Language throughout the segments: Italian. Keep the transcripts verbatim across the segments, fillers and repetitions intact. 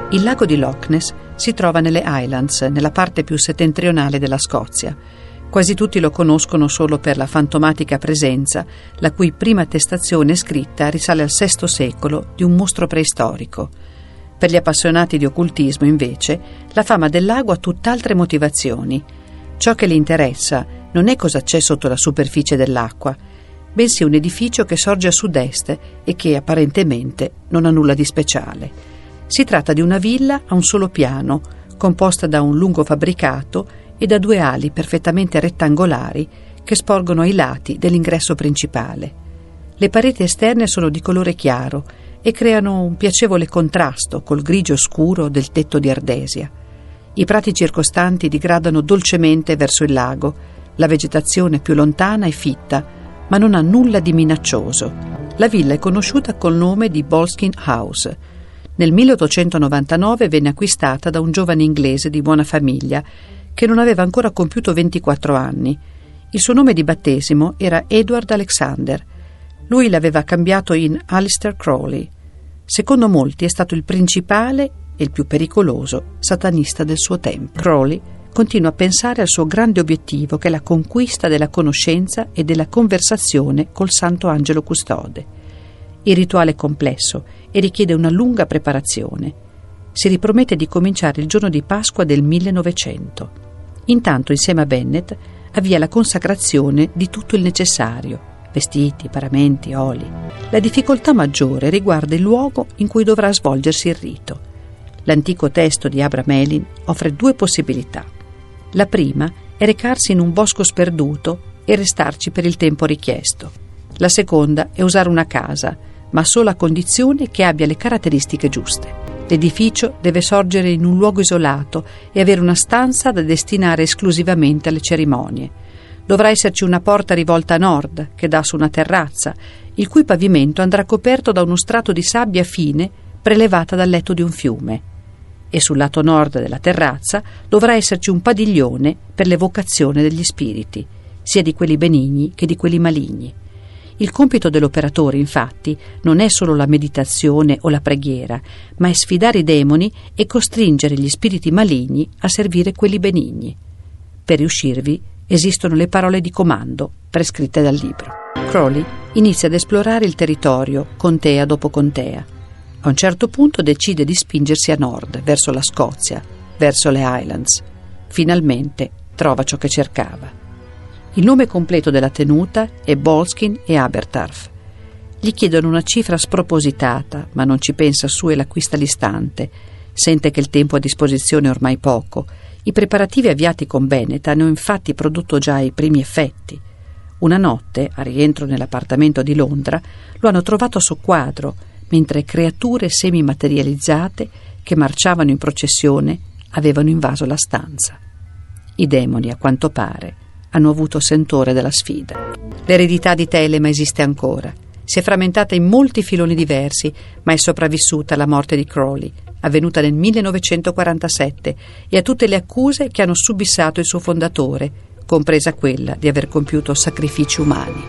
Il lago di Loch Ness si trova nelle Highlands, nella parte più settentrionale della Scozia. Quasi tutti lo conoscono solo per la fantomatica presenza, la cui prima attestazione scritta risale al sesto secolo, di un mostro preistorico. Per gli appassionati di occultismo, invece, la fama del lago ha tutt'altre motivazioni. Ciò che li interessa non è cosa c'è sotto la superficie dell'acqua, bensì un edificio che sorge a sud-est e che apparentemente non ha nulla di speciale. Si tratta di una villa a un solo piano, composta da un lungo fabbricato e da due ali perfettamente rettangolari che sporgono ai lati dell'ingresso principale. Le pareti esterne sono di colore chiaro e creano un piacevole contrasto col grigio scuro del tetto di ardesia. I prati circostanti digradano dolcemente verso il lago, la vegetazione più lontana è fitta, ma non ha nulla di minaccioso. La villa è conosciuta col nome di Boleskine House. Nel milleottocentonovantanove venne acquistata da un giovane inglese di buona famiglia che non aveva ancora compiuto ventiquattro anni. Il suo nome di battesimo era Edward Alexander. Lui l'aveva cambiato in Aleister Crowley. Secondo molti è stato il principale e il più pericoloso satanista del suo tempo. Crowley continua a pensare al suo grande obiettivo, che è la conquista della conoscenza e della conversazione col Santo Angelo Custode. Il rituale è complesso e richiede una lunga preparazione. Si ripromette di cominciare il giorno di Pasqua del millenovecento. Intanto, insieme a Bennett, avvia la consacrazione di tutto il necessario: vestiti, paramenti, oli. La difficoltà maggiore riguarda il luogo in cui dovrà svolgersi il rito. L'antico testo di Abraham Elin offre due possibilità. La prima è recarsi in un bosco sperduto e restarci per il tempo richiesto. La seconda è usare una casa, ma solo a condizione che abbia le caratteristiche giuste. L'edificio deve sorgere in un luogo isolato e avere una stanza da destinare esclusivamente alle cerimonie. Dovrà esserci una porta rivolta a nord, che dà su una terrazza, il cui pavimento andrà coperto da uno strato di sabbia fine prelevata dal letto di un fiume. E sul lato nord della terrazza dovrà esserci un padiglione per l'evocazione degli spiriti, sia di quelli benigni che di quelli maligni. Il compito dell'operatore, infatti, non è solo la meditazione o la preghiera, ma è sfidare i demoni e costringere gli spiriti maligni a servire quelli benigni. Per riuscirvi esistono le parole di comando prescritte dal libro. Crowley inizia ad esplorare il territorio, contea dopo contea. A un certo punto decide di spingersi a nord, verso la Scozia, verso le Highlands. Finalmente trova ciò che cercava. Il nome completo della tenuta è Boleskine e Abertarf. Gli chiedono una cifra spropositata, ma non ci pensa su e l'acquista all'istante. Sente che il tempo a disposizione è ormai poco. I preparativi avviati con Bennett hanno infatti prodotto già i primi effetti. Una notte, a rientro nell'appartamento di Londra, lo hanno trovato a soqquadro, mentre creature semimaterializzate che marciavano in processione avevano invaso la stanza. I demoni, a quanto pare, hanno avuto sentore della sfida. L'eredità di Telema esiste ancora. Si è frammentata in molti filoni diversi, ma è sopravvissuta alla morte di Crowley, avvenuta nel millenovecentoquarantasette, e a tutte le accuse che hanno subissato il suo fondatore, compresa quella di aver compiuto sacrifici umani.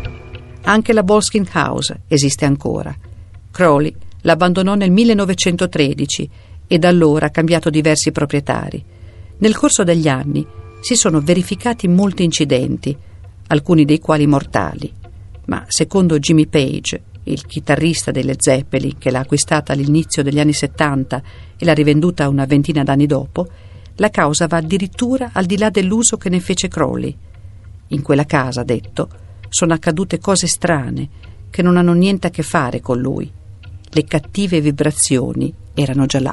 Anche la Boleskine House esiste ancora. Crowley l'abbandonò nel millenovecentotredici e da allora ha cambiato diversi proprietari. Nel corso degli anni si sono verificati molti incidenti, alcuni dei quali mortali, ma secondo Jimmy Page, il chitarrista dei Led Zeppelin, che l'ha acquistata all'inizio degli anni settanta e l'ha rivenduta una ventina d'anni dopo, la causa va addirittura al di là dell'uso che ne fece Crowley. In quella casa, ha detto, sono accadute cose strane che non hanno niente a che fare con lui. Le cattive vibrazioni erano già là.